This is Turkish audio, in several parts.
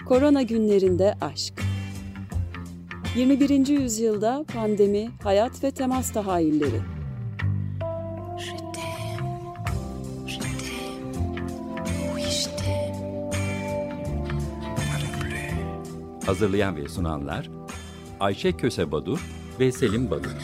Korona günlerinde aşk. 21. yüzyılda pandemi, hayat ve temas tahayyülleri. Hazırlayan ve sunanlar Ayşe Kösebadur ve Selim Badur.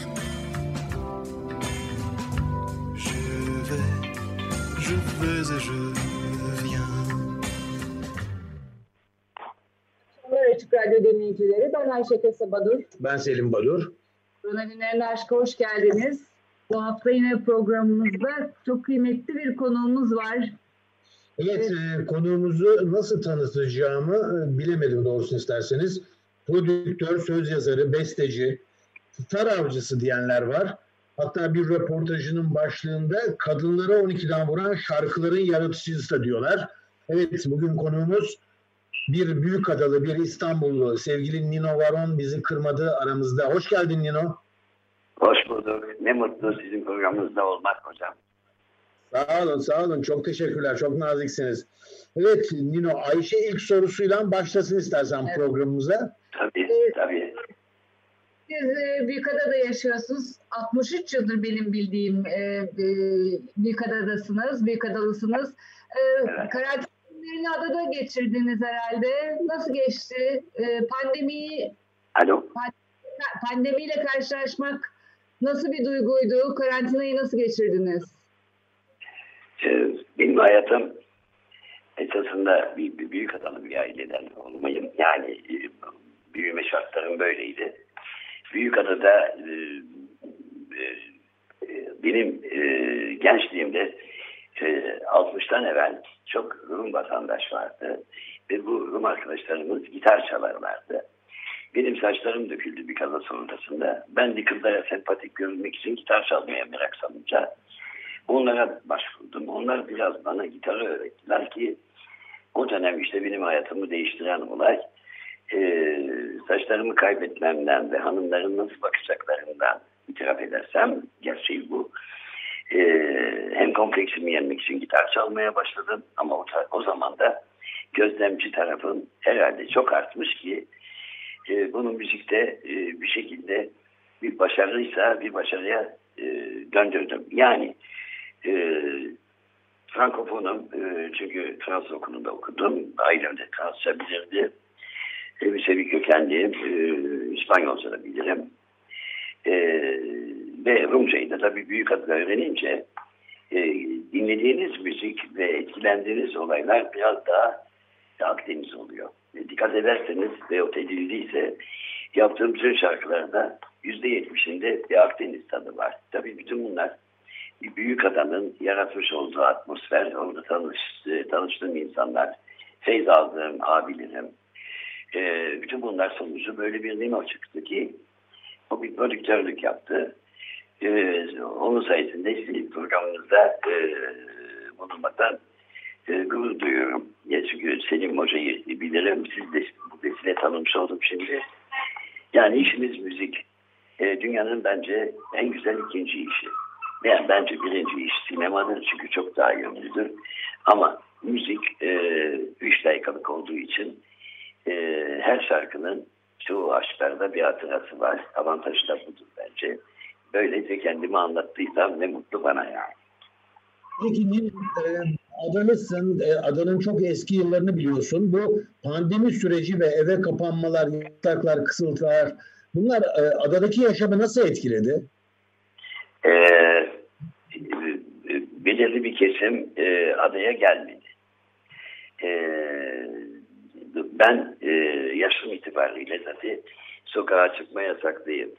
Açık Radyo dinleyicileri, ben Ayşe Kösebadur. Ben Selim Badur. Ronalinlerin Aşk'a hoş geldiniz. Bu hafta yine programımızda çok kıymetli bir konuğumuz var. Evet, konuğumuzu nasıl tanıtacağımı bilemedim doğrusunu isterseniz. Prodüktör, söz yazarı, besteci, star avcısı diyenler var. Hatta bir röportajının başlığında kadınlara 12'den vuran şarkıların yaratıcısı da diyorlar. Evet, bugün konuğumuz bir Büyükadalı, bir İstanbullu, sevgili Nino Varon bizi kırmadı aramızda. Hoş geldin Nino. Hoş bulduk. Ne mutlu sizin programınızda olmak hocam. Sağ olun. Çok teşekkürler. Çok naziksiniz. Evet Nino, Ayşe ilk sorusuyla başlasın istersen programımıza. Tabii. Siz Büyükada'da yaşıyorsunuz. 63 yıldır benim bildiğim Büyükadalısınız. Evet. Karantinayı adada geçirdiniz herhalde. Nasıl geçti? Pandemiyle karşılaşmak nasıl bir duyguydu? Karantinayı nasıl geçirdiniz? Benim hayatım esasında bir Büyükadalı bir aileden olmayım. Yani büyüme şartlarım böyleydi. Büyükada'da benim gençliğimde 60'tan evvel çok Rum vatandaş vardı. Ve bu Rum arkadaşlarımız gitar çalarlardı. Benim saçlarım döküldü bir kaza sonrasında. Ben de kızlara sempatik görünmek için gitar çalmaya merak salınca onlara başvurdum. Onlar biraz bana gitarı öğrettiler ki o dönem işte benim hayatımı değiştiren olay saçlarımı kaybetmemden ve hanımların nasıl bakacaklarından itiraf edersem gerçeği bu. Hem kompleksimi yenmek için gitar çalmaya başladım ama o zaman da gözlemci tarafım herhalde çok artmış ki bunu müzikte bir şekilde bir başarıysa bir başarıya döndürdüm. Yani Frankofonum çünkü Fransız okulunda okudum. Ailem de Fransızca bilirdi. Müsevi kökenliyim. İspanyolca da bilirim. Ve Rumcayı da tabii Büyükada'da öğrenince dinlediğiniz müzik ve etkilendiğiniz olaylar biraz daha Akdeniz oluyor. Dikkat ederseniz ve o tedbirliyse yaptığım bütün şarkılarda %70'inde bir Akdeniz tadı var. Tabii bütün bunlar bir Büyükada'nın yaratmış olduğu atmosfer, orada tanıştığım insanlar, feyz aldığım abilerim, bütün bunlar sonucu böyle bir Nino çıktı ki o bir prodüktörlük yaptı. Onun sayesinde sizin programınızda bulunmaktan gurur duyuyorum. Çünkü Selim Hoca'yı bilirim, siz de bu vesile tanımış oldum şimdi. Yani işimiz müzik. Dünyanın bence en güzel ikinci işi. Yani bence birinci iş sinemadır çünkü çok daha yönlüdür. Ama müzik 3 dakikalık olduğu için her şarkının çoğu aşklarda bir hatırası var. Avantajı da budur bence. Böylece kendimi anlattıysam ne mutlu bana yani. Peki adalısın, adanın çok eski yıllarını biliyorsun. Bu pandemi süreci ve eve kapanmalar, yasaklar, kısıtlar bunlar adadaki yaşamı nasıl etkiledi? Belirli bir kesim adaya gelmedi. Ben yaşım itibariyle zaten sokağa çıkma yasaklıyım.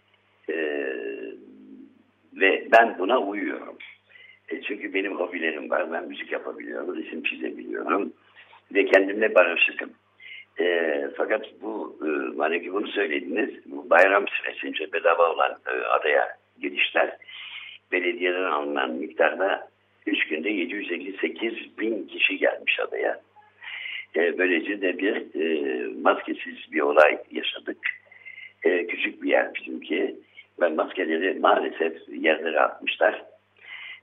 Ve ben buna uyuyorum. Çünkü benim hobilerim var. Ben müzik yapabiliyorum, resim çizebiliyorum ve kendimle barışıkım. Fakat bu hani bunu söylediniz. Bu bayram süresince bedava olan adaya girişler belediyeden alınan miktarda 3 günde 758 bin kişi gelmiş adaya. Böylece de bir maskesiz bir olay yaşadık. Küçük bir yer bizimki. Ve maskeleri maalesef yerlere atmışlar.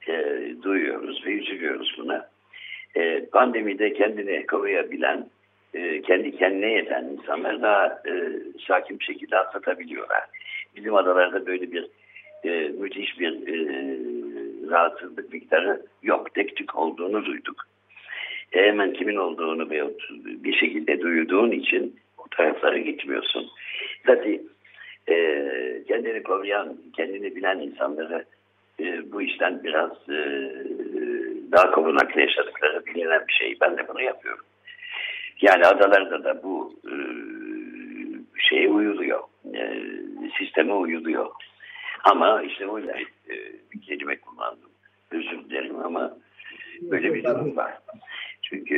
Duyuyoruz ve üzülüyoruz buna. Pandemide kendini koruyabilen kendi kendine yeten insanlar daha sakin bir şekilde atlatabiliyorlar. Bizim adalarda böyle bir müthiş bir rahatsızlık miktarı yok. Tek tük olduğunu duyduk. Hemen kimin olduğunu bir şekilde duyduğun için o taraflara gitmiyorsun. Zaten kendini koruyan, kendini bilen insanları bu işten biraz daha korunaklı yaşadıkları bilinen bir şey. Ben de bunu yapıyorum. Yani adalarda da bu şeye uyuluyor. Sisteme uyuluyor. Ama işte o yüzden bir kelime kullandım. Özür dilerim ama böyle bir durum var. Çünkü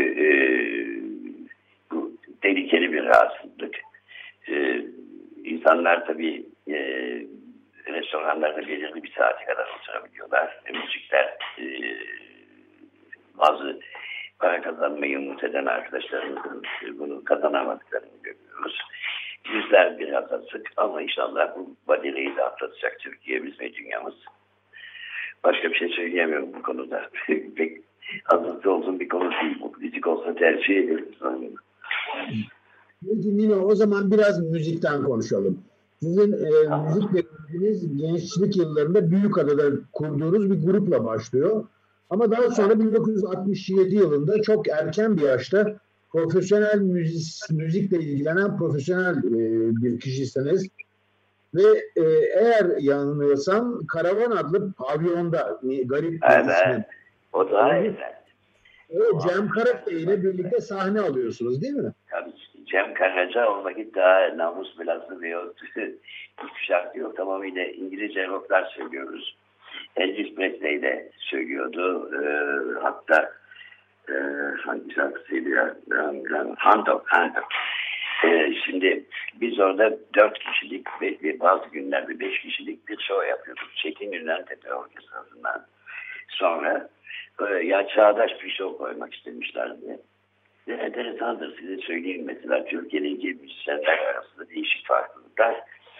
bu tehlikeli bir rahatsızlık. İnsanlar tabii restoranlarda belirli bir saate kadar oturabiliyorlar. Müzikler bazı para kazanmayı umut eden arkadaşlarımızın bunu kazanamadıklarını görüyoruz. Yüzler biraz azık ama inşallah bu badireyi de atlatacak Türkiye'miz ve dünyamız. Başka bir şey söyleyemiyorum bu konuda. Pek azıntı olsun bir konu değil. Bu müzik olsa tercih ederiz. Peki Nino, o zaman biraz müzikten konuşalım. Sizin müzikle ilginiz gençlik yıllarında Büyükada'da kurduğunuz bir grupla başlıyor. Ama daha sonra 1967 yılında çok erken bir yaşta profesyonel müzikle ilgilenen profesyonel bir kişisiniz. Ve eğer yanılmıyorsam Karavan adlı pavyonda garip bir ismi. O da evet. Evet, Cem Karaca ile birlikte sahne alıyorsunuz değil mi? Tabii Cem Karaca o vakit daha namus belası diyor. Hiçbir şarkı yok. Tamamıyla İngilizce rocklar söylüyoruz. Elvis Presley de söylüyordu. Hatta hangi şarkısıydı ya? Hand of. Şimdi biz orada 4 kişilik ve bazı günlerde 5 kişilik bir show yapıyorduk. Çetin Ünlentepe Orkestrası'ndan. Sonra ya çağdaş bir show koymak istemişlerdi. Enteresandır size söyleyeyim, mesela Türkiye'deki müzisyenler arasında değişik farklılıklar.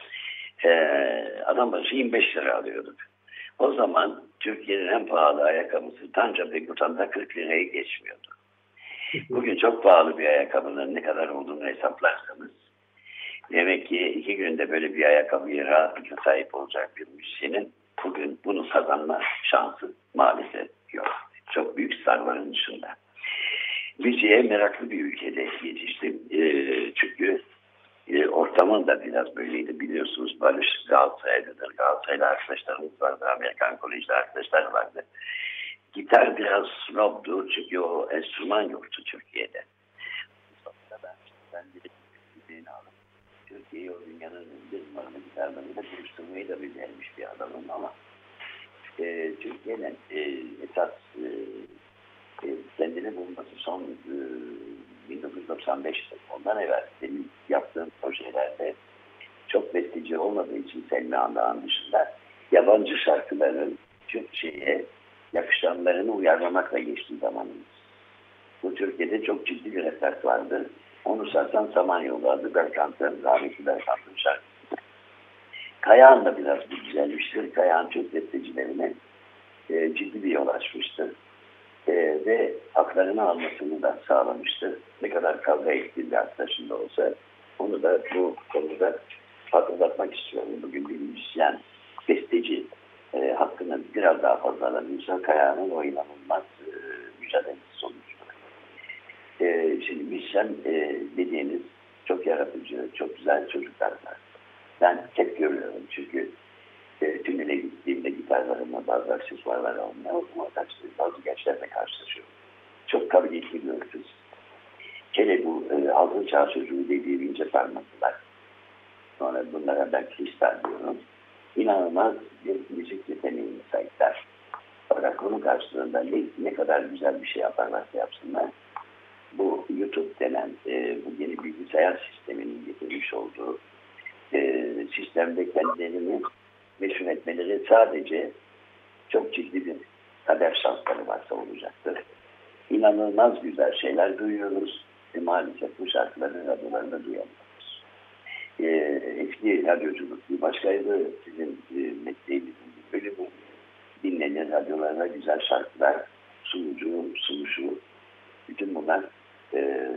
Adam başı 25 lira alıyorduk. O zaman Türkiye'nin en pahalı ayakkabısı Tanca Begut'ta 40 liraya geçmiyordu. Bugün çok pahalı bir ayakkabının ne kadar olduğunu hesaplarsanız, demek ki 2 günde böyle bir ayakkabıya rahatlıkla sahip olacak bir müzisyenin bugün bunu kazanma şansı maalesef yok. Çok büyük starların dışında. Müziğe meraklı bir ülkede yetiştim. Çünkü ortamın da biraz böyleydi, biliyorsunuz. Barış Galatasaray'dadır. Galatasaray'da arkadaşlarımız vardı. Amerikan Kolej'de arkadaşlar vardı. Gitar biraz snobdu çünkü o enstrüman yoktu Türkiye'de. Ben de bir alıp Türkiye'yi o dünyanın bir numaralı gitarlarıyla buluşturmayı da becermiş bir adamım ama Türkiye'den esas kendini bulması son 1995'te. Ondan evvel benim yaptığım projelerde çok besteci olmadığı için Selmi Andağ'ın dışında yabancı şarkıların Türkçe'ye yakışanlarını uyarlamakla geçtiği zamanımız. Bu Türkiye'de çok ciddi bir repertuardı. Onu satsan Samanyolu adı Berkant'ın, rahmetli Berkant'ın şarkısı. Kayağan da biraz bu güzelmiştir. Kayağan Türk bestecilerine ciddi bir yol açmıştır. Ve haklarını almasını da sağlamıştır. Ne kadar kavga ettiği bir arkadaşım da olsa onu da bu konuda hatırlatmak istiyorum. Bugün bir müzisyen, besteci hakkını biraz daha fazla alamıyorsa Kayağan'ın o inanılmaz mücadelesi sonucudur. Şimdi müzisyen dediğiniz çok yaratıcı, çok güzel çocuklar var. Ben hep görüyorum çünkü tümüne gittiğimde gitarlarımla bazı aksesuarlar almaya bazı gençlerle karşılaşıyorum. Çok kabiliyetli bir kız. Hele bu altın çağ çocuğu dediği ince parmaklılar. Sonra bunlara ben kristal diyorum. İnanılmaz bir müzik yeteneğine sahipler. Fakat bunun karşılığında ne kadar güzel bir şey yaparlarsa yapsınlar. Bu YouTube denen bu yeni bilgisayar sisteminin getirmiş olduğu sistemde kendilerini meşhur etmeleri sadece çok ciddi bir kader şansları varsa olacaktır. İnanılmaz güzel şeyler duyuyoruz ve maalesef bu şarkıların radyolarında duyamıyoruz. Eski radyoculuk bir başkaydı. Sizin mesleğinizin bir bölümü dinlenir radyolarına güzel şarkılar, sunuşu, bütün bunlar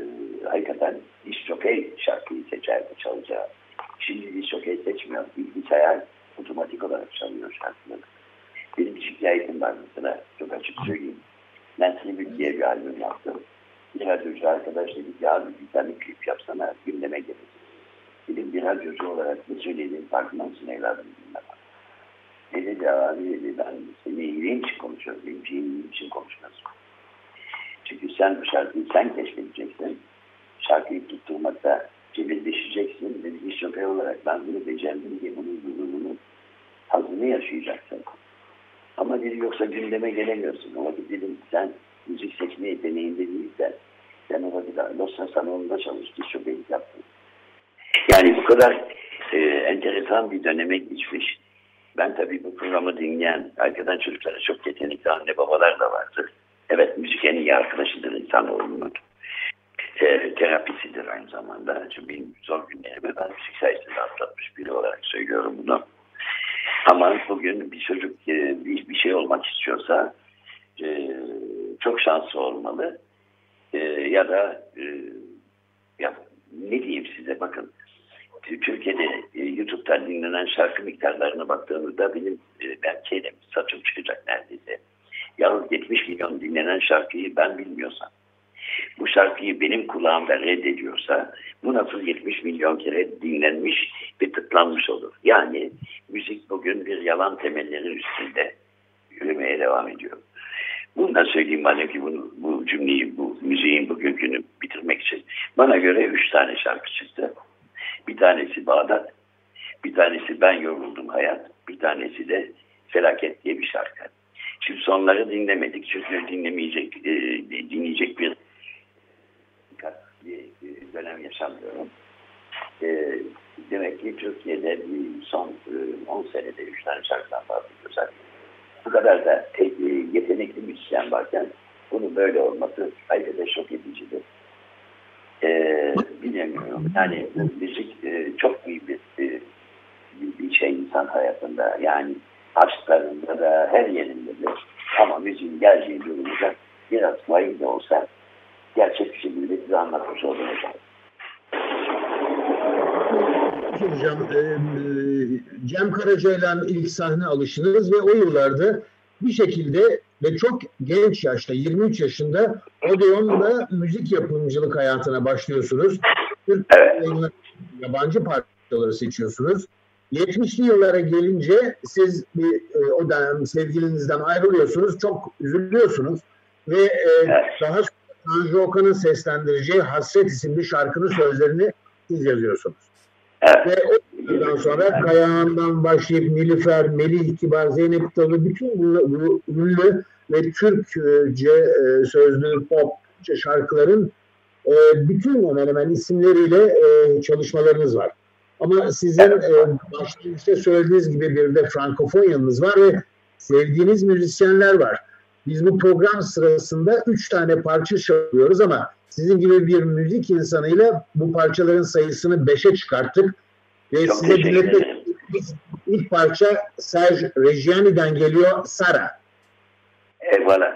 hakikaten disjokey şarkıyı seçerdi çalacağı. Şimdi disjokey seçmiyor. Bilgisayar otomatik olarak çalıyor şarkıları. Benim bir şikayetim var mesela. Çok açık söyleyeyim. Ben Tribute diye bir albüm yaptım. Bir radyocu arkadaş dedi ki abi bir tane klip yapsana gündeme gelir. Dedim bir radyocu olarak ne söylediğin farkında mısın evladım bilmem. Ne dedi abi dedi ben seni iyiliğin için konuşuyorum. Benim iyiliğin için konuşmuyorsun. Çünkü sen bu şarkıyı sen keşfedeceksin. Şarkıyı tutturmakta cebelleşeceksin. Dedi bir şoför olarak ben bunu becerdim diye bunu hazını yaşayacaksın. Ama dedi yoksa gündeme gelemiyorsun. O vakit dedim sen müzik seçme yeteneğinde değilsen sen o vakit Losra salonunda çalıştın, şoförlük yaptın. Yani bu kadar enteresan bir döneme geçmiş. Ben tabii bu programı dinleyen arkadan çocuklara çok yetenekli anne babalar da vardır. Evet müzik en iyi arkadaşıdır insanoğlunun. Terapisidir aynı zamanda. Çünkü benim zor günlerimi ben müzik sayesinde atlatmış biri olarak söylüyorum bunu. Ama bugün bir çocuk bir şey olmak istiyorsa çok şanslı olmalı. Ya da ya ne diyeyim size bakın. Türkiye'de YouTube'dan dinlenen şarkı miktarlarına baktığımızda benim belki saçım çıkacak neredeyse. Yalnız 70 milyon dinlenen şarkıyı ben bilmiyorsam, bu şarkıyı benim kulağımda reddediyorsa bu nasıl 70 milyon kere dinlenmiş ve tıklanmış olur. Yani müzik bugün bir yalan temelleri üstünde yürümeye devam ediyor. Bunu da söyleyeyim bana ki bu cümleyi, bu müziğin bugünkünü bitirmek için. Bana göre 3 tane şarkı çıktı. Bir tanesi Bağdat, bir tanesi Ben Yoruldum Hayat, bir tanesi de Felaket diye bir şarkı. Şimdi sonları dinlemedik çünkü dinleyecek bir dönem yaşamıyorum. Demek ki Türkiye'de bir son 10 senede 3 tane şarkıdan bahsediyorsak bu kadar da yetenekli müzisyen varken bunun böyle olması ayrıca şok edicidir. Bilemiyorum. Yani müzik çok büyük bir şey insan hayatında. Yani aşklarında da her yerinde de. Ama müziğin geldiği durumda biraz vahim de olsa gerçek bir şekilde size anlatmış olduğunu hocam. Hocam, Cem Karaca'yla ilk sahne alışınız ve o yıllarda bir şekilde ve çok genç yaşta 23 yaşında Odeon'da müzik yapımcılık hayatına başlıyorsunuz. Evet. Yabancı parçaları seçiyorsunuz. 70'li yıllara gelince siz o dönem sevgilinizden ayrılıyorsunuz. Çok üzülüyorsunuz ve daha sonra Tanju Okan'ın seslendireceği Hasret isimli şarkının sözlerini siz yazıyorsunuz. Evet. Ve o yıldan sonra Kayağan'dan başlayıp Nilüfer, Melih Kibar, Zeynep Dalı bütün bu ünlü ve Türkçe sözlü pop şarkıların bütün hemen hemen isimleriyle çalışmalarınız var. Ama sizin başta söylediğiniz gibi bir de Frankofon yanınız var ve sevdiğiniz müzisyenler var. Biz bu program sırasında 3 tane parça çalıyoruz ama sizin gibi bir müzik insanıyla bu parçaların sayısını 5'e çıkarttık. Ve çok size dinlettiğimiz ilk parça Serge Reggiani'den geliyor, Sara. Eyvallah.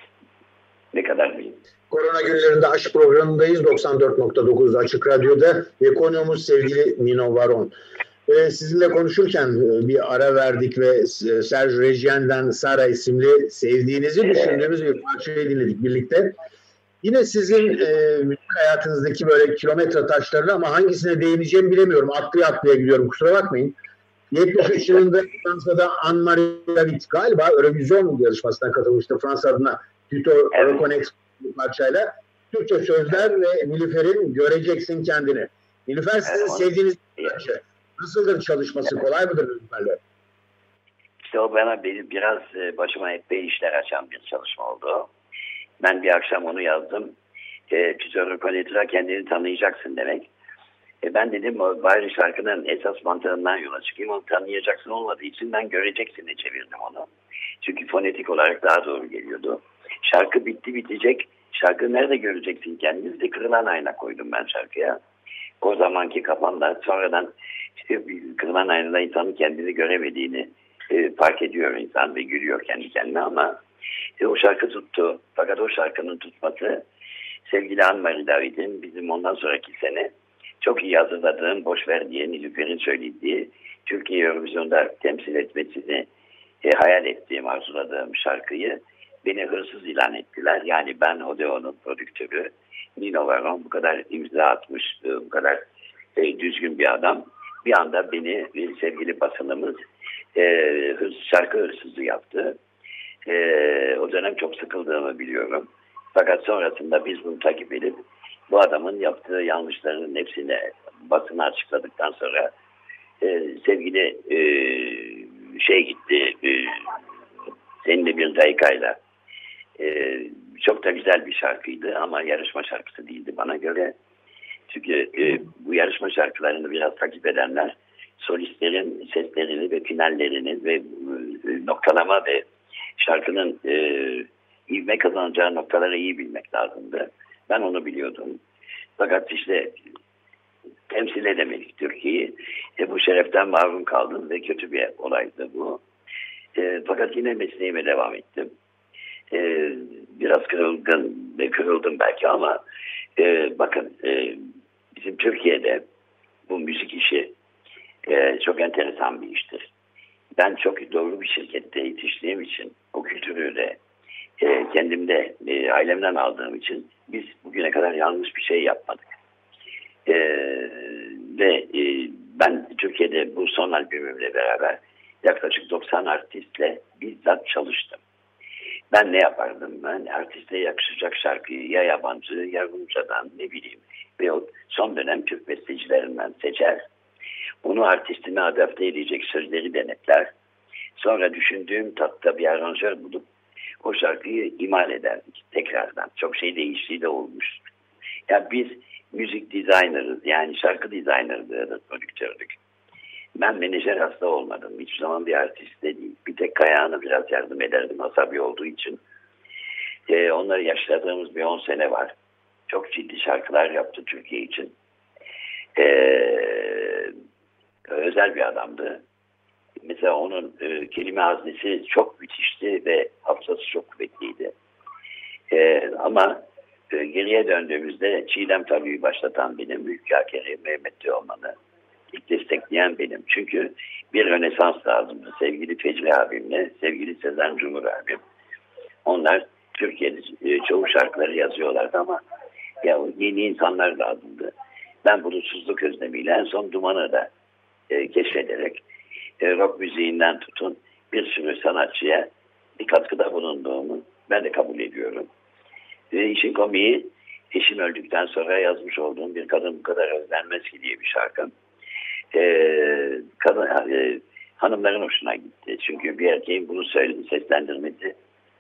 Ne kadar büyük. Korona günlerinde aşk programındayız. 94.9 Açık Radyo'da ve konuğumuz sevgili Nino Varon. Sizinle konuşurken bir ara verdik ve Serge Reggiani'den Sara isimli sevdiğinizi düşündüğümüz bir parçayı dinledik birlikte. Yine sizin müzik hayatınızdaki böyle kilometre taşlarını ama hangisine değineceğimi bilemiyorum. Atlaya gidiyorum, kusura bakmayın. 73 yılında Fransa'da Anne-Marie David galiba Eurovision yarışmasına katılmıştı Fransa adına. Tito Reconnect parçayla. Türkçe sözler ve Nilüfer'in Göreceksin Kendini. Nilüfer sizin sevdiğiniz bir parça. Nasıldır çalışması? Kolay mıdır Nilüfer'le? İşte o benim biraz başıma epey işler açan bir çalışma oldu. Ben bir akşam onu yazdım. Tito Reconnect'la kendini tanıyacaksın demek. Ben dedim o bari şarkının esas mantığından yola çıkayım. Onu tanıyacaksın olmadığı için ben Göreceksin'e çevirdim onu. Çünkü fonetik olarak daha doğru geliyordu. Şarkı bitecek. Şarkı nerede göreceksin kendini? De Kırılan Ayna koydum ben şarkıya. O zamanki kafamda sonradan işte Kırılan Aynada insanın kendini göremediğini fark ediyor insan ve gülüyor kendi kendine ama o şarkı tuttu. Fakat o şarkının tutması sevgili Anne-Marie David'in bizim ondan sonraki sene çok iyi hazırladığım Boş Ver diye Nilüfer'in söylediği Türkiye Eurovision'da temsil etmesini hayal ettiğim, arzuladığım şarkıyı beni hırsız ilan ettiler. Yani ben Odeon'un prodüktörü Nino Varon bu kadar imza atmış, bu kadar düzgün bir adam. Bir anda beni sevgili basınımız şarkı hırsızı yaptı. O dönem çok sıkıldığımı biliyorum. Fakat sonrasında biz bunu takip edip bu adamın yaptığı yanlışların hepsini basına açıkladıktan sonra sevgili gitti seninle bir dakikayla çok da güzel bir şarkıydı ama yarışma şarkısı değildi bana göre. Çünkü bu yarışma şarkılarını biraz takip edenler solistlerin seslerini ve finallerini ve noktalama ve şarkının ivme kazanacağı noktaları iyi bilmek lazımdı. Ben onu biliyordum. Fakat işte temsil edemedik Türkiye'yi. Bu şereften mahrum kaldım ve kötü bir olaydı bu. Fakat yine mesleğime devam ettim. Biraz kırıldım belki ama bakın bizim Türkiye'de bu müzik işi çok enteresan bir iştir. Ben çok doğru bir şirkette yetiştiğim için o kültürü de kendimde ailemden aldığım için biz bugüne kadar yanlış bir şey yapmadık. Ve ben Türkiye'de bu son albümümle beraber yaklaşık 90 artistle bizzat çalıştım. Ben ne yapardım? Ben artiste yakışacak şarkıyı ya yabancı ya Rumcadan ne bileyim veyahut son dönem Türk bestecilerinden seçer. Onu artistime adapte edecek sözleri denetler. Sonra düşündüğüm tatta bir aranjör bulup o şarkıyı imal ederdik tekrardan. Çok şey değiştiği de olmuş. Ya biz müzik designer'ız. Yani şarkı designer'ız, prodüktördük. Ben menajer hasta olmadım. Hiçbir zaman bir artist de değil. Bir tek Kayağan'a biraz yardım ederdim asabi olduğu için. Onları yaşadığımız bir 10 sene var. Çok ciddi şarkılar yaptı Türkiye için. Özel bir adamdı. Mesela onun kelime haznesi çok müthişti ve hafızası çok kuvvetliydi. Ama geriye döndüğümüzde Çiğdem Tabi'yi başlatan benim, Mülkâkeri Mehmet Teoman'ı ilk destekleyen benim. Çünkü bir rönesans lazımdı. Sevgili Fecri abimle, sevgili Sezen Cumhur abim. Onlar Türkiye'de çoğu şarkıları yazıyorlardı ama ya yeni insanlar lazımdı. Ben bulutsuzluk özlemiyle en son Duman'ı da keşfederek rock müziğinden tutun bir sürü sanatçıya bir katkıda bulunduğumu ben de kabul ediyorum. İşin komiği eşim öldükten sonra yazmış olduğum Bir Kadın Bu Kadar Özlenmez Ki diye bir şarkı. Hanımların hoşuna gitti. Çünkü bir erkeğin bunu seslendirmesi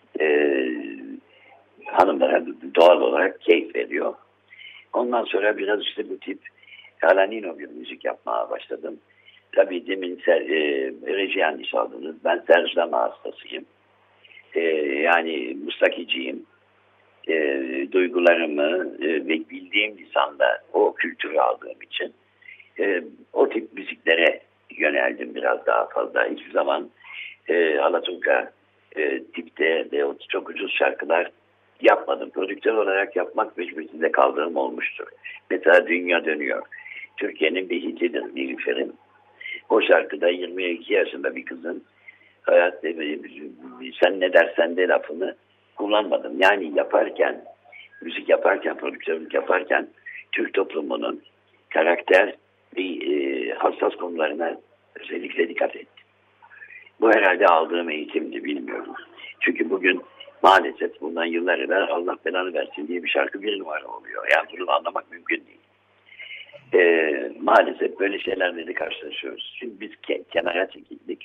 hanımlara doğal olarak keyif veriyor. Ondan sonra biraz işte bu tip Alanino bir müzik yapmaya başladım. Tabii demin reji yanlış aldınız. Ben Serge Lama hastasıyım. Yani mustakiciyim. Duygularımı ve bildiğim lisanda o kültürü aldığım için o tip müziklere yöneldim biraz daha fazla. Hiçbir zaman Alaturka tipte ve o çok ucuz şarkılar yapmadım. Prodüktör olarak yapmak mecburiyetinde kaldığım olmuştur. Mesela Dünya Dönüyor. Türkiye'nin bir hitidir Nilüfer'in. O şarkıda 22 yaşında bir kızın hayat sen ne dersen de lafını kullanmadım. Yani yaparken, müzik yaparken, prodüktörlük yaparken Türk toplumunun karakter ve hassas konularına özellikle dikkat ettim. Bu herhalde aldığım eğitimdi, bilmiyorum. Çünkü bugün maalesef bundan yıllar evvel Allah belanı versin diye bir şarkı bir numara oluyor. Yani bunu anlamak mümkün değil. Maalesef böyle şeylerle de karşılaşıyoruz. Şimdi biz kenara çekildik.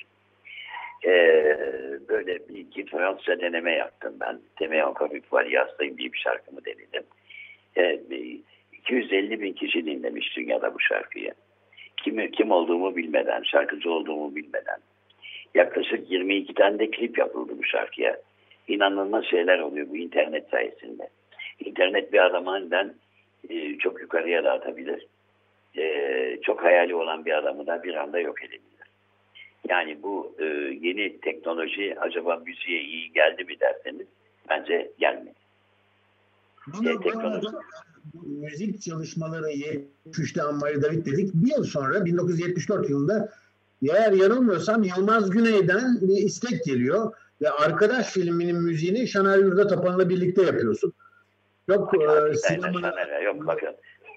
Böyle bir iki Fransızca deneme yaptım ben. Temel encore une fois hastayım diye bir şarkımı denedim. 250 bin kişi dinlemiş dünyada bu şarkıyı. Kim olduğumu bilmeden, şarkıcı olduğumu bilmeden. Yaklaşık 22 tane de klip yapıldı bu şarkıya. İnanılmaz şeyler oluyor bu internet sayesinde. İnternet bir adamı aniden çok yukarıya dağıtabilir. Çok hayali olan bir adamı da bir anda yok edebilir. Yani bu yeni teknoloji acaba müziğe iyi geldi mi derseniz bence gelmedi. Müzik çalışmaları 73'te Anmari David dedik. Bir yıl sonra 1974 yılında eğer yanılmıyorsam Yılmaz Güney'den bir istek geliyor ve Arkadaş filminin müziğini Şaner Yurda Tapan'la birlikte yapıyorsun. Yok yok bakın.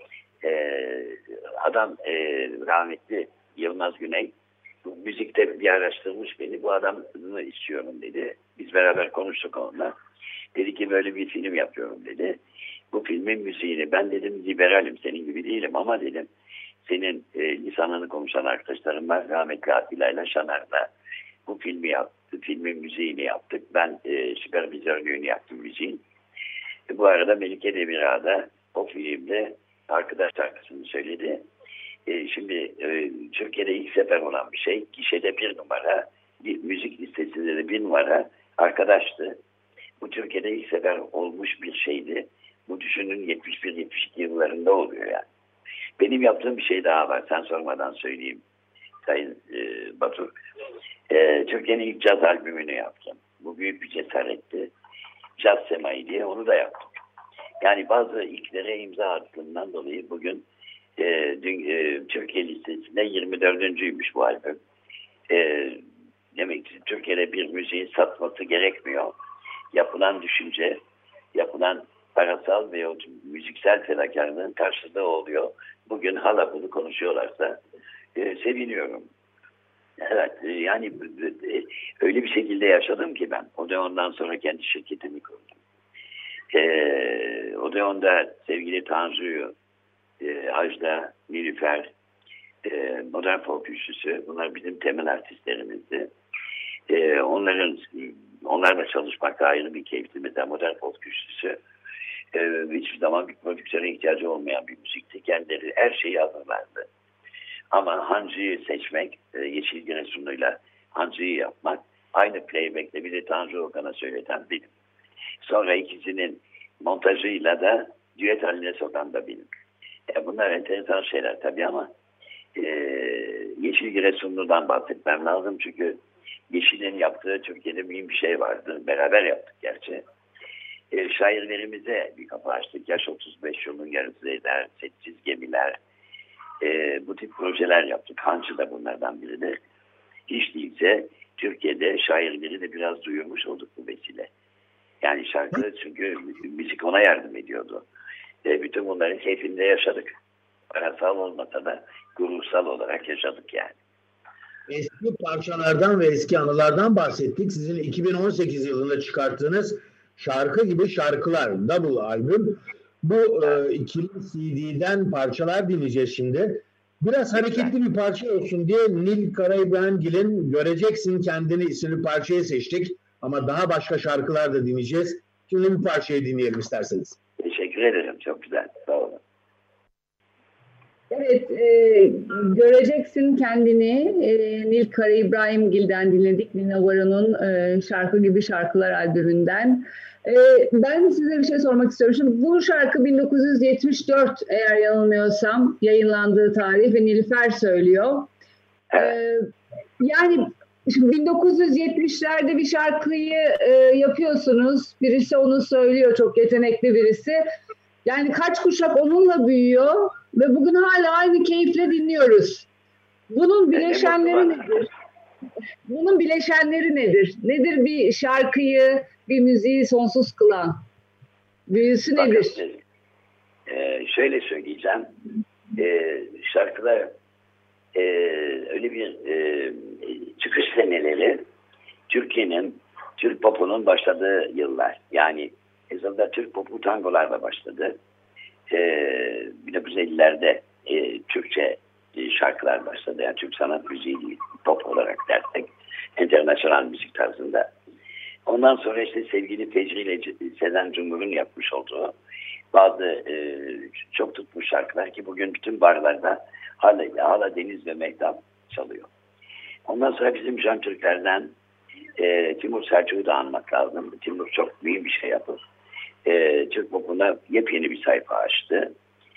Adam rahmetli Yılmaz Güney bu müzikte bir araştırmış beni. Bu adamı istiyorum dedi. Biz beraber konuştuk onunla. Dedi ki böyle bir film yapıyorum dedi. Bu filmin müziğini ben dedim liberalim senin gibi değilim ama dedim senin lisanını konuşan arkadaşlarım var. Rahmetli Atilla'yla Şaner'la bu filmi yaptık. Filmin müziğini yaptık. Ben süpervizörlüğünü yaptım müziğin. Bu arada Melike Demirağ da o filmde arkadaş şarkısını söyledi. Şimdi Türkiye'de ilk sefer olan bir şey. Gişede 1 numara, müzik listesinde de 1 numara arkadaştı. Bu Türkiye'de ilk sefer olmuş bir şeydi. Bu düşünün 71-72 yıllarında oluyor yani. Benim yaptığım bir şey daha var. Sen sormadan söyleyeyim Sayın Batur. Türkiye'nin ilk caz albümünü yaptım. Bu büyük bir cesaretti. Caz Semai diye onu da yaptım. Yani bazı ilklere imza attığından dolayı bugün Türkiye listesinde 24.'üymüş bu albüm. Demek ki Türkiye'de bir müziğin satması gerekmiyor. Yapılan düşünce, yapılan parasal ve müziksel fedakarlığın karşılığı oluyor. Bugün hala bunu konuşuyorlarsa seviniyorum. Evet, yani öyle bir şekilde yaşadım ki ben. Odeon'dan sonra kendi şirketimi kurdum. Odeon'da sevgili Tanju'yu, Ajda, Nilüfer, Modern Folk Üçlüsü, bunlar bizim temel artistlerimizdi. Onlarla çalışmak ayrı bir keyifti. Mesela Modern Folk Üçlüsü hiçbir zaman bir prodüksiyona ihtiyacı olmayan bir müzikti. Kendileri her şeyi hazırlardı. Ama Hancı'yı seçmek, Yeşil Giresunlu'yla Hancı'yı yapmak, aynı playback'le bir de Tanju Okan'a söyleten benim. Sonra ikisinin montajıyla da düet haline sokan da benim. Bunlar enteresan şeyler tabii ama Yeşil Giresunlu'dan bahsetmem lazım çünkü Yeşil'in yaptığı Türkiye'de mühim bir şey vardı. Beraber yaptık gerçi. Şairlerimize bir kapı açtık. Yaş 35 yolun yarısı eder, Sessiz Gemiler. Bu tip projeler yaptık. Hancı da bunlardan biridir. Hiç değilse Türkiye'de şairleri de biraz duyurmuş olduk bu vesile. Yani şarkı çünkü müzik ona yardım ediyordu. Bütün bunların keyfinde yaşadık. Parasal olmasa da gurursal olarak yaşadık yani. Eski parçalardan ve eski anılardan bahsettik. Sizin 2018 yılında çıkarttığınız Şarkı Gibi Şarkılar double albüm. Bu ikili CD'den parçalar dinleyeceğiz şimdi. Biraz hareketli bir parça olsun diye Nil Karaibrahimgil'in Göreceksin Kendini isimli parçayı seçtik. Ama daha başka şarkılar da dinleyeceğiz. Şimdi bu parçayı dinleyelim isterseniz. Teşekkür ederim. Çok güzel. Sağ olun. Evet, Göreceksin Kendini Nil Karaibrahimgil'den dinledik. Nina Vara'nın Şarkı Gibi Şarkılar albümünden. Ben size bir şey sormak istiyorum. Şimdi bu şarkı 1974 eğer yanılmıyorsam yayınlandığı tarih ve Nilüfer söylüyor. Yani şimdi 1970'lerde bir şarkıyı yapıyorsunuz. Birisi onu söylüyor, çok yetenekli birisi. Yani kaç kuşak onunla büyüyor ve bugün hala aynı keyifle dinliyoruz. Bunun bileşenleri nedir? Bunun bileşenleri nedir? Nedir bir şarkıyı, bir müziği sonsuz kılan? Büyüsü nedir? Şöyle söyleyeceğim. Şarkılar öyle bir çıkış seneleri Türkiye'nin, Türk popunun başladığı yıllar. Yani esasında Türk popu tangolarla başladı. 1950'lerde Türkçe şarkılar başladı. Yani Türk sanat müziği değil, pop olarak dersek. Internasyonel müzik tarzında. Ondan sonra işte sevgili Fecri ile Sezen Cumhur'un yapmış olduğu bazı çok tutmuş şarkılar ki bugün bütün barlarda hala Deniz ve Mehtap çalıyor. Ondan sonra bizim Can Türklerden Timur Selçuk'u da anmak lazım. Timur çok büyük bir şey yapıyor. Türk popuna yepyeni bir sayfa açtı.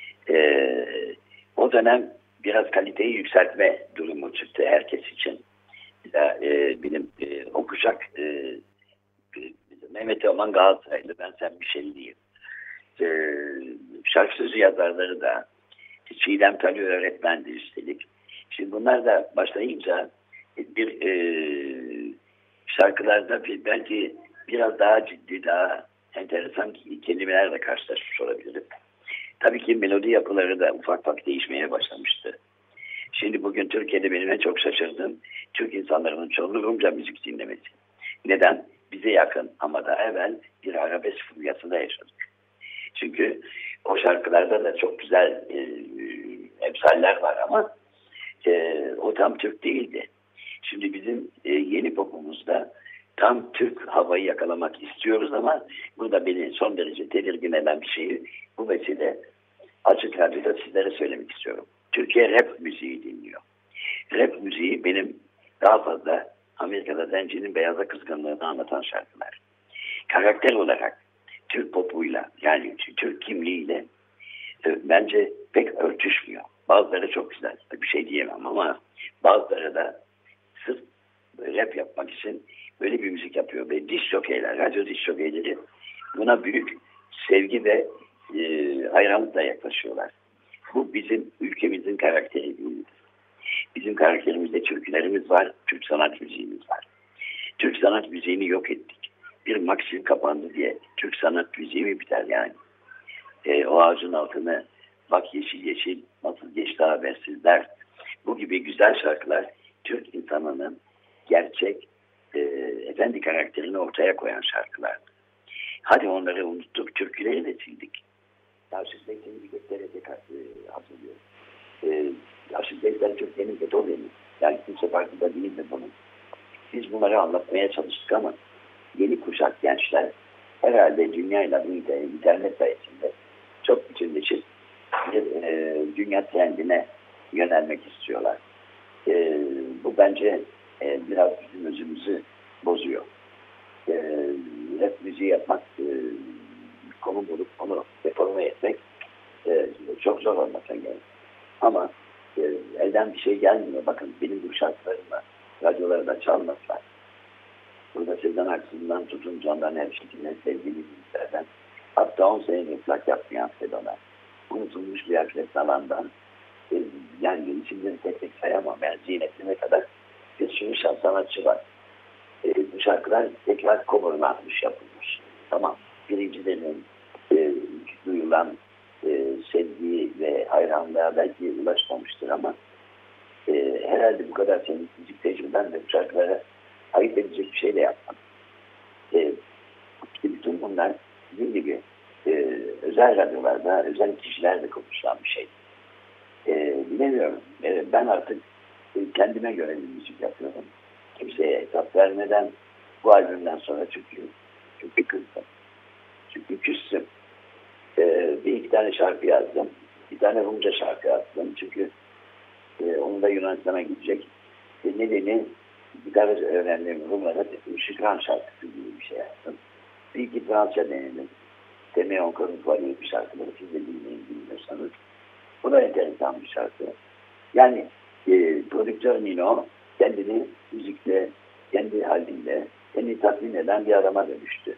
O dönem biraz kaliteyi yükseltme durumu çıktı herkes için. Benim o kuşak Mehmet Teoman Galatasaraylı, ben Sen Mişel'liyim. şarkı sözü yazarları da, Çiğdem Talü öğretmendi üstelik. Şimdi bunlar da başlayınca bir şarkılarda belki biraz daha ciddi, daha enteresan kelimelerle karşılaşmış olabilirim. Tabii ki melodi yapıları da ufak ufak değişmeye başlamıştı. Şimdi bugün Türkiye'de benim en çok şaşırdığım Türk insanlarının çoğunluğu Rumca müzik dinlemesi. Neden? Bize yakın ama daha evvel bir arabesk furyasında yaşadık. Çünkü o şarkılarda da çok güzel emsaller var ama o tam Türk değildi. Şimdi bizim yeni popumuzda tam Türk havayı yakalamak istiyoruz ama bu da beni son derece tedirgin eden bir şey. Bu vesile açık radyoda sizlere söylemek istiyorum. Türkiye rap müziği dinliyor. Rap müziği benim daha fazla Amerika'da zencinin beyaza kızgınlığını anlatan şarkılar. Karakter olarak Türk popuyla, yani Türk kimliğiyle bence pek örtüşmüyor. Bazıları çok güzel, bir şey diyemem ama bazıları da sırf rap yapmak için böyle bir müzik yapıyor. Ve diş jokeyler, radyo diş jokeyleri buna büyük sevgi ve hayranlıkla yaklaşıyorlar. Bu bizim ülkemizin karakteri değil. Bizim karakterimizde türkülerimiz var, Türk sanat müziğimiz var. Türk sanat müziğini yok ettik. Bir Maxim kapandı diye Türk sanat müziği mi biter yani? O ağacın altını bak yeşil yeşil nasıl geçti habersizler. Bu gibi güzel şarkılar Türk insanının gerçek efendi karakterini ortaya koyan şarkılar. Hadi onları unuttuk, türküleri de sildik. Aşık Bey'in müzikleri tekrar hazırlıyor. Aşık Bey'ler Türkiye'nin Beethoven'i. Yani kimse farkında değil de bunun. Biz bunları anlatmaya çalıştık ama yeni kuşak gençler herhalde dünyayla bu internet sayesinde çok bütünleşip bir dünya trendine yönelmek istiyorlar. Bu bence biraz bizim özümüzü bozuyor. Rap müziği yapmak, konu bulup onu reforme etmek çok zor olmasa gerek. Ama elden bir şey gelmiyor. Bakın benim bu şarkılarımla radyolarda çalmazlar. Burada Sezen Aksu'ndan tutun Candan Erçetin'e sevgili müziklerden hatta 10 senedir plak yapmayan Sedon'a unutulmuş bir aklet alandan yani isimleri tek tek sayamam. Yani Zinetli'ne kadar bir sürü sanatçı var. Bu şarkılar tekrar coverlanmış, yapılmış. Tamam. Birincilerin duyulan sevgi ve hayranlığa belki ulaşmamıştır ama herhalde bu kadar senin müzik tecrüben ve bu şarkılara ayıp edecek bir şey de yapmadım. Bütün bunlar bizim gibi özel radyolarda, özel kişilerle konuşulan bir şey. Bilemiyorum. Ben artık kendime göre bir müzik yapıyorum. Kimseye hesap vermeden bu albümden sonra çünkü kızdım. Çünkü küstüm. Bir iki tane şarkı yazdım. Bir tane Rumca şarkı yazdım. Çünkü onun da Yunanistan'a gidecek. Nedeni gitar öğrendiğim Rumlara Şükran şarkısı gibi bir şey yaptım. Bir iki Fransızca denedim. Temeon Konukvari bir şarkıları siz de bilmiyorsanız. Bu da enteresan bir şarkı. Yani prodüktör Nino kendini müzikle, kendi halinde, kendini tatmin eden bir adama dönüştü.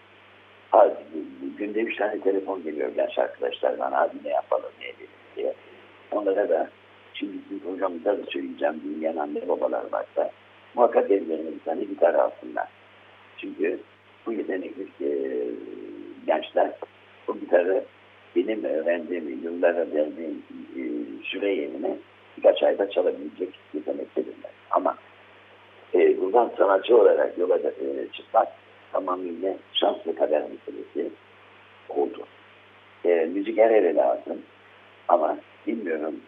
Günde 3 tane telefon geliyor genç arkadaşlardan. Abi ne yapalım, ne edelim diye. Onlara da şimdi bizim programımızda da söyleyeceğim. Dinleyen anne babalar varsa muhakkak evlerine bir tane gitar alsınlar. Çünkü bu yetenekli gençler bu gitarı benim öğrendiğim, yıllara verdiğim süre yerine birkaç ayda çalabilecek yeteneklidirler. Ama buradan sanatçı olarak yola çıkmak tamamıyla şans ve kader meselesi oldu. Müzik her eve lazım ama bilmiyorum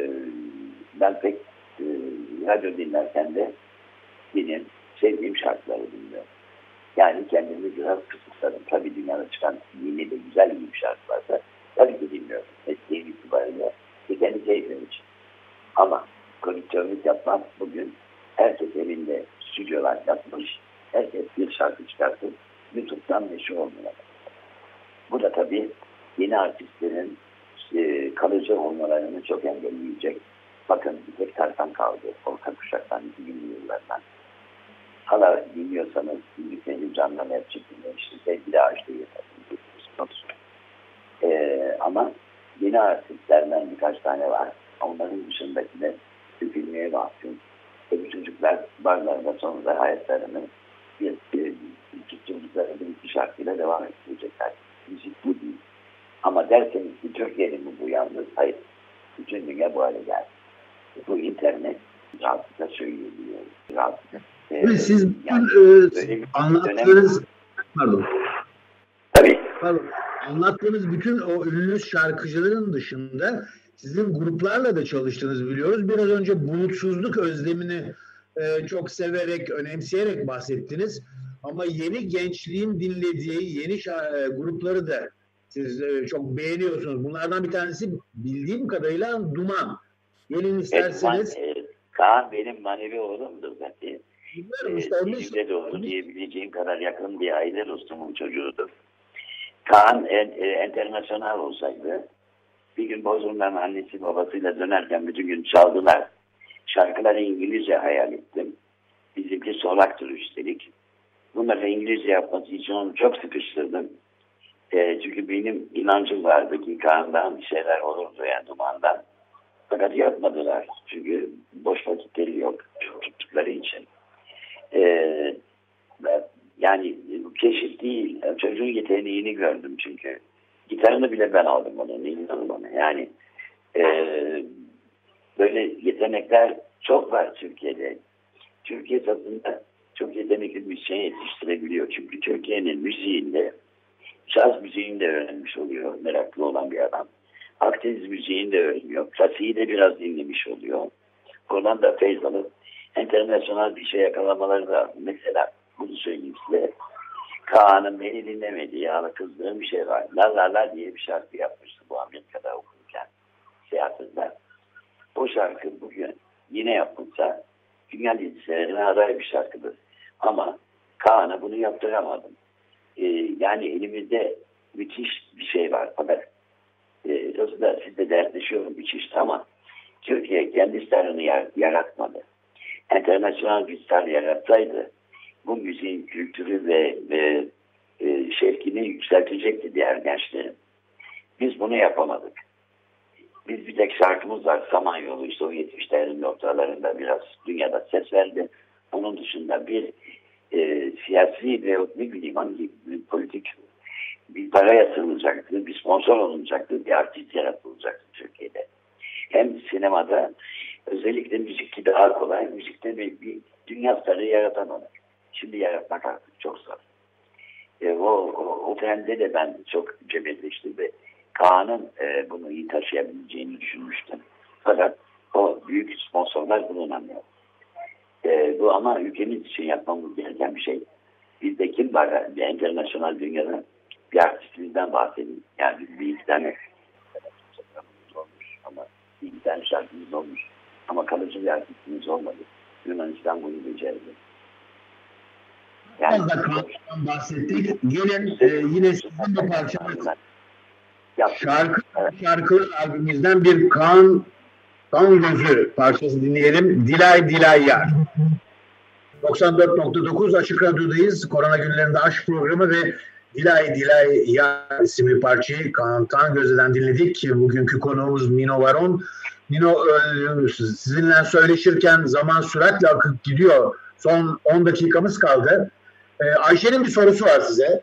ben pek radyo dinlerken de benim sevdiğim şarkıları dinliyorum. Yani kendimi biraz kısıtladım. Tabii dünyada çıkan yeni de güzel iyi bir şarkı varsa tabii ki dinliyorum. Mesleğim itibariyle ve kendi keyfim için. Ama prodüktörlük yapmak bugün herkes evinde stüdyolar yapmış. Herkes bir şarkı çıkartıp YouTube'dan meşhur olmalı. Bu da tabii yeni artistlerin kalıcı olmalarını çok engelleyecek. Bakın bir tek Tarkan kaldı. Orta kuşaktan 2000'li yıllardan. Hala dinliyorsanız müzikleri Candan Erçetin'le işte sevgili ağaçta yeter. Ama yeni artistlerden birkaç tane var. Onların dışındakiler tükülmeye mahkum. Bu çocuklar barlarda sonunda hayatlarını küçük çocuklara bir şarkıyla devam edecekler. Müzik bu değil. Ama derseniz ki Türkiye'nin bu yalnız. Hayır. Bütün dünya bu hale geldi. Bu internet rahatlıkla söyleniyor. Rahatlıkla. Siz anlattığınız anlattığınız bütün o ünlü şarkıcıların dışında sizin gruplarla da çalıştığınızı biliyoruz. Biraz önce bulutsuzluk özlemini çok severek, önemseyerek bahsettiniz. Ama yeni gençliğin dinlediği yeni grupları da siz çok beğeniyorsunuz. Bunlardan bir tanesi bildiğim kadarıyla Duman. Gelin isterseniz. Kaan benim manevi oğlumdur zaten. Bilmiyorum doğru diyebileceğim kadar yakın bir aile dostumun çocuğudur. Kaan enternasyonal olsaydı bir gün Bozum'dan annesi babasıyla dönerken bütün gün çaldılar. Şarkıları İngilizce hayal ettim. Bizimki solaktır üstelik. Bunları İngilizce yapması için onu çok sıkıştırdım. Çünkü benim inancım vardı ki Kaan'dan bir şeyler olurdu yani Duman'dan. Fakat yapmadılar. Çünkü boş vakitleri yok. Çok tuttukları için. Yani keşif değil. Çocuğun yeteneğini gördüm çünkü. Gitarını bile ben aldım onun. İnanın bana. Yani böyle yetenekler çok var Türkiye'de. Türkiye aslında çok yetenekli müzisyen yetiştirebiliyor. Çünkü Türkiye'nin müziğinde caz müziğini de öğrenmiş oluyor. Meraklı olan bir adam. Akdeniz müziğini de öğreniyor. Klasiği de biraz dinlemiş oluyor. Oradan da feyz alıp internasyonel bir şey yakalamaları da mesela bunu söyleyeyim size. Kaan'ın beni dinlemediği ama kızdığım bir şey var. La La La diye bir şarkı yapmıştı bu Amerika'da okurken seyahatinde. O şarkı bugün yine yapılsa dünya listelerine aday bir şarkıdır. Ama Kaan'a bunu yaptıramadım. Yani elimizde müthiş bir şey var. Fakat aslında sizle dertleşiyorum müthişti ama Türkiye kendi starını yaratmadı. Enternasyonel bir star yaratsaydı bu müziğin kültürü ve şevkini yükseltecekti diğer gençlerin. Biz bunu yapamadık. Biz bir tek şarkımız var. Samanyolu işte o 70'lerin ortalarında biraz dünyada ses verdi. Onun dışında bir siyasi ve ne bileyim hangi politik bir para yatırılacaktı, bir sponsor olunacaktı, bir artist yaratılacaktı Türkiye'de. Hem sinemada özellikle müzikte daha kolay, müzikte bir dünya starı yaratamadık. Şimdi yaratmak artık çok zor. O trende de ben çok cebelleştim ve Kaan'ın bunu iyi taşıyabileceğini düşünmüştüm. Fakat o büyük sponsorlar bulunamıyor. Bu ama ülkemiz için yapmamız gereken bir şey. Bizde kim var? Bir internasyonel dünyada bir artistimizden bahsedeyim. Yani biz bir iki tane olmuş ama bir iki tane şarkımız olmuş. Ama kalıcı bir artistimiz olmadı. Yunanistan bunu becerdi. Yani Kaan'dan bahsettik. Gelin yine sizin de parçamız. Şarkılar albümümüzden bir Kaan Gözü parçası dinleyelim. Dilay Dilay Yar. 94.9 Açık Radyo'dayız. Korona günlerinde aşk programı ve Dilay Dilay Yar isimli parçayı Kaan Gözü'den dinledik. Bugünkü konuğumuz Mino Varon. Mino, sizinle söyleşirken zaman süratle akıp gidiyor. Son 10 dakikamız kaldı. Ayşe'nin bir sorusu var size.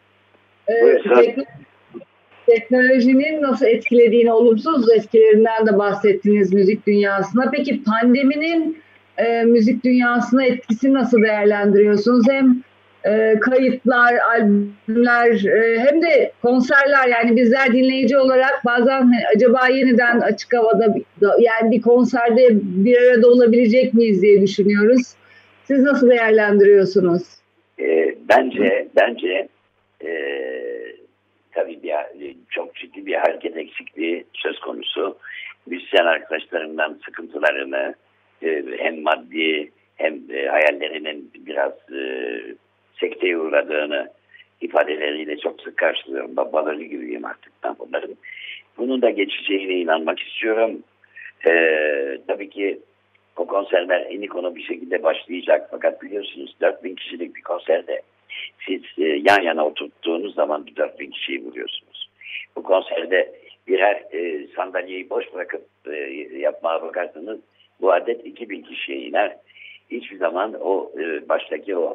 Teknolojinin nasıl etkilediğini, olumsuz etkilerinden de bahsettiniz müzik dünyasına. Peki pandeminin müzik dünyasına etkisini nasıl değerlendiriyorsunuz? Hem kayıtlar, albümler hem de konserler, yani bizler dinleyici olarak bazen acaba yeniden açık havada yani bir konserde bir arada olabilecek miyiz diye düşünüyoruz. Siz nasıl değerlendiriyorsunuz? Bence tabii çok ciddi bir hareket eksikliği söz konusu. Müzisyen arkadaşlarımdan sıkıntılarını hem maddi hem hayallerinin biraz sekteye uğradığını ifadeleriyle çok sık karşılıyorum. Babaları gibiyim artık ben bunların. Bunun da geçeceğine inanmak istiyorum. Tabii ki o konserler enikonu bir şekilde başlayacak. Fakat biliyorsunuz 4000 kişilik bir konserde siz yan yana oturttuğunuz zaman 4000 kişiyi vuruyorsunuz. bu konserde birer sandalyeyi boş bırakıp yapmaya bakarsanız bu adet 2000 kişiye iner. Hiçbir zaman o baştaki o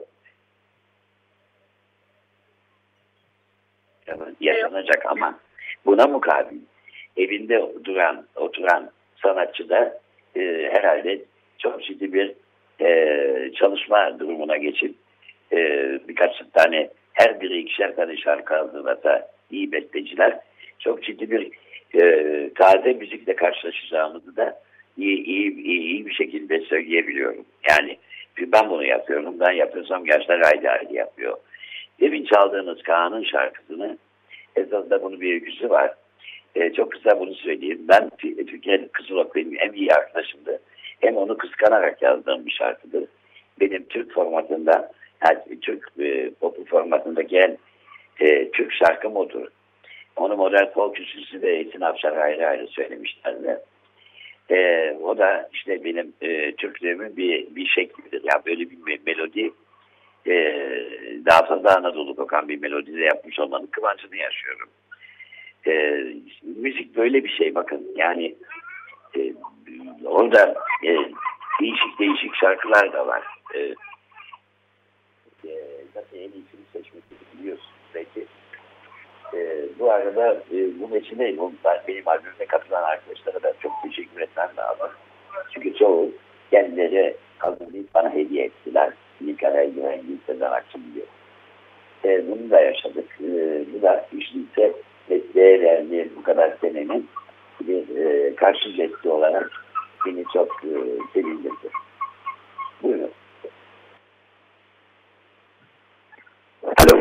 yaşanacak ama buna mukabil evinde oturan sanatçı da herhalde çok ciddi bir çalışma durumuna geçip birkaç tane her biri ikişer tane şarkı hazırlasa iyi besteciler çok ciddi bir taze müzikle karşılaşacağımızı da iyi bir şekilde söyleyebiliyorum. Yani ben bunu yapıyorum. Ben yapıyorsam gençler ayrı yapıyor. Demin çaldığınız Kaan'ın şarkısını esasında bunun bir öyküsü var. Çok kısa bunu söyleyeyim. Ben Türkiye'nin Kızılok benim en iyi arkadaşımdı. Hem onu kıskanarak yazdığım bir şarkıdır. Benim Türk formatında, yani Türk pop formatındaki en Türk şarkım odur. Onu modern folk üçlüsü de Esin Afşar ayrı söylemişlerdi. O da işte benim Türklüğümün bir şeklidir. Yani böyle bir melodi daha fazla Anadolu kokan bir melodi de yapmış olmanın kıvancını yaşıyorum. Müzik böyle bir şey bakın. Yani orada değişik şarkılar da var. Zaten en iyisini seçmesini biliyorsunuz belki. Bu arada bu mesele benim albümüme katılan arkadaşlara da çok teşekkür etmem lazım. Çünkü çoğu kendileri hazırlayıp bana hediye ettiler. Nikaray Güvenliği Sezen Aksu biliyor. Bunu da yaşadık. Bu da işte mesleğe verdiği bu kadar senenin bir karşı jesti olarak beni çok sevindirdi. Buyurun. Alo.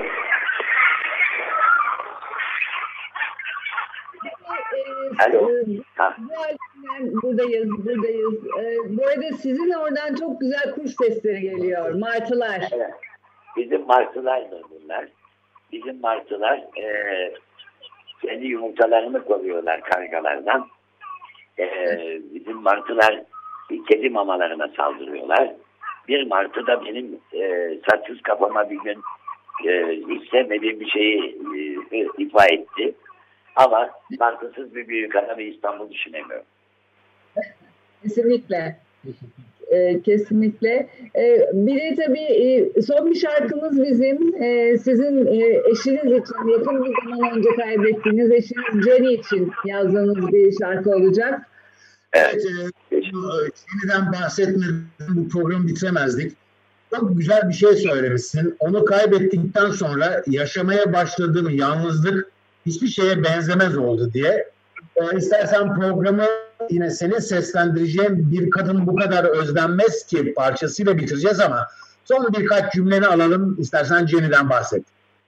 Alo. Buradayız. Bu arada sizin oradan çok güzel kuş sesleri geliyor. Martılar. Evet. Bizim martılardır bunlar. Bizim martılar kendi yumurtalarını koruyorlar kargalardan. Bizim martılar kedi mamalarına saldırıyorlar. Bir martı da benim saçsız kafama bir gün istemediğim bir şeyi ifa etti. Ama martısız bir büyük adam İstanbul düşünemiyorum. Kesinlikle. Kesinlikle. Bir de tabii son bir şarkımız bizim. Sizin eşiniz için yakın bir zaman önce kaybettiğiniz eşiniz Jenny için yazdığınız bir şarkı olacak. Evet. Jenny'den bahsetmeden bu programı bitiremezdik. Çok güzel bir şey söylemişsin. Onu kaybettikten sonra yaşamaya başladığım yalnızlık hiçbir şeye benzemez oldu diye. İstersen programı yine senin seslendireceğin Bir Kadın Bu Kadar Özlenmez Ki parçasıyla bitireceğiz ama son birkaç cümleni alalım. İstersen Jenny'den bahset.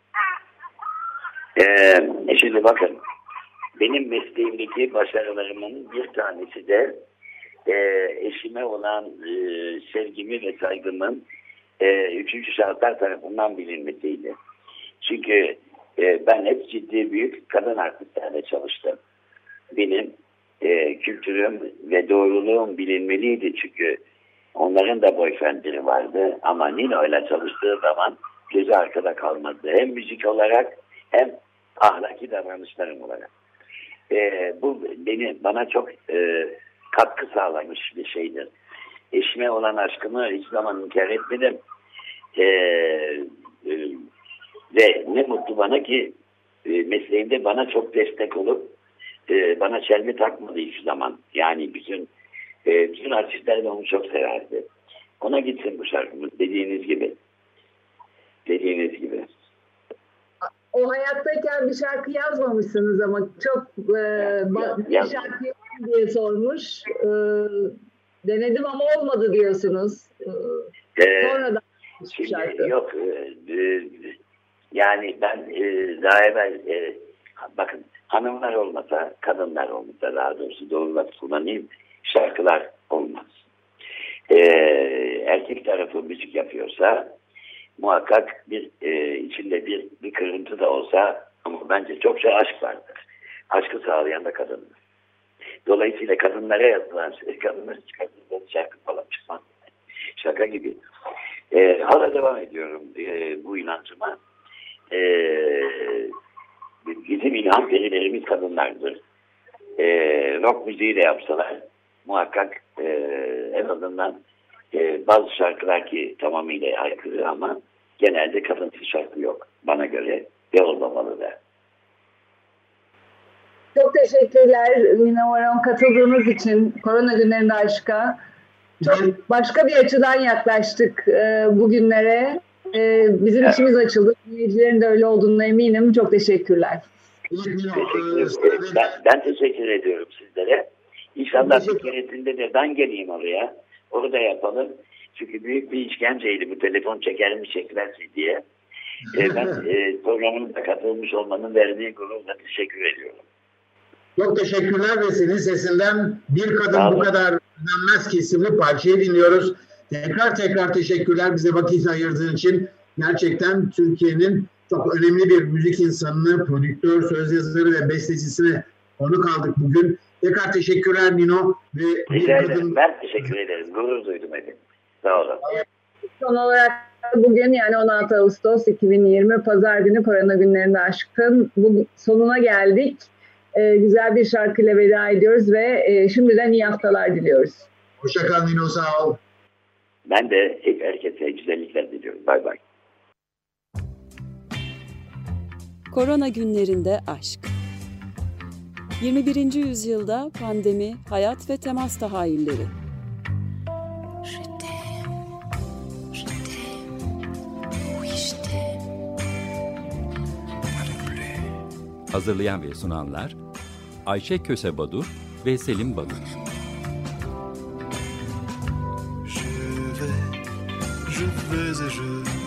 Şimdi bakın, benim mesleğimdeki başarılarımın bir tanesi de eşime olan sevgimi ve saygımın üçüncü şahıslar tarafından bilinmesiydi. Çünkü ben hep ciddi büyük kadın artistlerle çalıştım. Benim kültürüm ve doğruluğum bilinmeliydi çünkü onların da boyfriendleri vardı ama Nino ile çalıştığı zaman gözü arkada kalmadı. Hem müzik olarak hem ahlaki davranışlarım olarak. Bu bana çok katkı sağlamış bir şeydir. Eşime olan aşkımı hiç zaman inkar etmedim. Ve ne mutlu bana ki mesleğimde bana çok destek olup bana çelme takmadı hiçbir zaman. Yani bütün artistler de onu çok severdi. Ona gitsin bu şarkımız dediğiniz gibi. O hayattayken bir şarkı yazmamışsınız ama çok bir şarkı diye sormuş. Denedim ama olmadı diyorsunuz. Sonradan şarkı. Yok. Yani ben daha evvel bakın hanımlar olmasa, kadınlar olmasa daha doğrusu doğru lafı kullanayım, şarkılar olmaz. Erkek tarafı müzik yapıyorsa muhakkak içinde bir kırıntı da olsa ama bence çokça aşk vardır. Aşkı sağlayan da kadınlar. Dolayısıyla kadınlara yazılan kadınlar çıkarttıkları şarkı falan çıkmaz. Şaka gibi. Hala devam ediyorum bu inancıma. bizim ilham perilerimiz kadınlardır. Rock müziği de yapsalar muhakkak en azından bazı şarkılar ki tamamıyla aykırı ama genelde kadınsız şarkı yok. Bana göre ve olmamalı da. Çok teşekkürler Nino Varron katıldığınız için Korona Günlerinde Aşk'a. Çok başka bir açıdan yaklaştık bugünlere. Bizim içimiz açıldı. Dinleyicilerin de öyle olduğuna eminim. Çok teşekkürler. Ben teşekkür ediyorum sizlere. İnşallah Türkiye'sinde de ben geleyim oraya. Orada yapalım. Çünkü büyük bir işkenceydi bu telefon çeker mi çekmez mi diye. Ben programımıza katılmış olmanın verdiği gururla teşekkür ediyorum. Çok teşekkürler ve senin sesinden bir kadın bu kadar ödenmez kesimli parçayı dinliyoruz. Tekrar teşekkürler bize vakit ayırdığın için. Gerçekten Türkiye'nin çok önemli bir müzik insanını, prodüktör, söz yazarı ve bestecisine konuk aldık bugün. Tekrar teşekkürler Nino. Ve bir kadın... Ben teşekkür ederim. Gurur duydum efendim. Sağ olun. Son olarak bugün yani 16 Ağustos 2020 Pazar günü Korona Günlerinde Aşk'ın sonuna geldik. Güzel bir şarkıyla veda ediyoruz ve şimdiden iyi haftalar diliyoruz. Hoşça kal Nino, sağ ol. Ben de herkese güzellikler diliyorum. Bay bay. Korona Günlerinde Aşk. 21. yüzyılda pandemi, hayat ve temas tahayyülleri. Hazırlayan ve sunanlar Ayşe Köse Badur ve Selim Badur. Je vais et je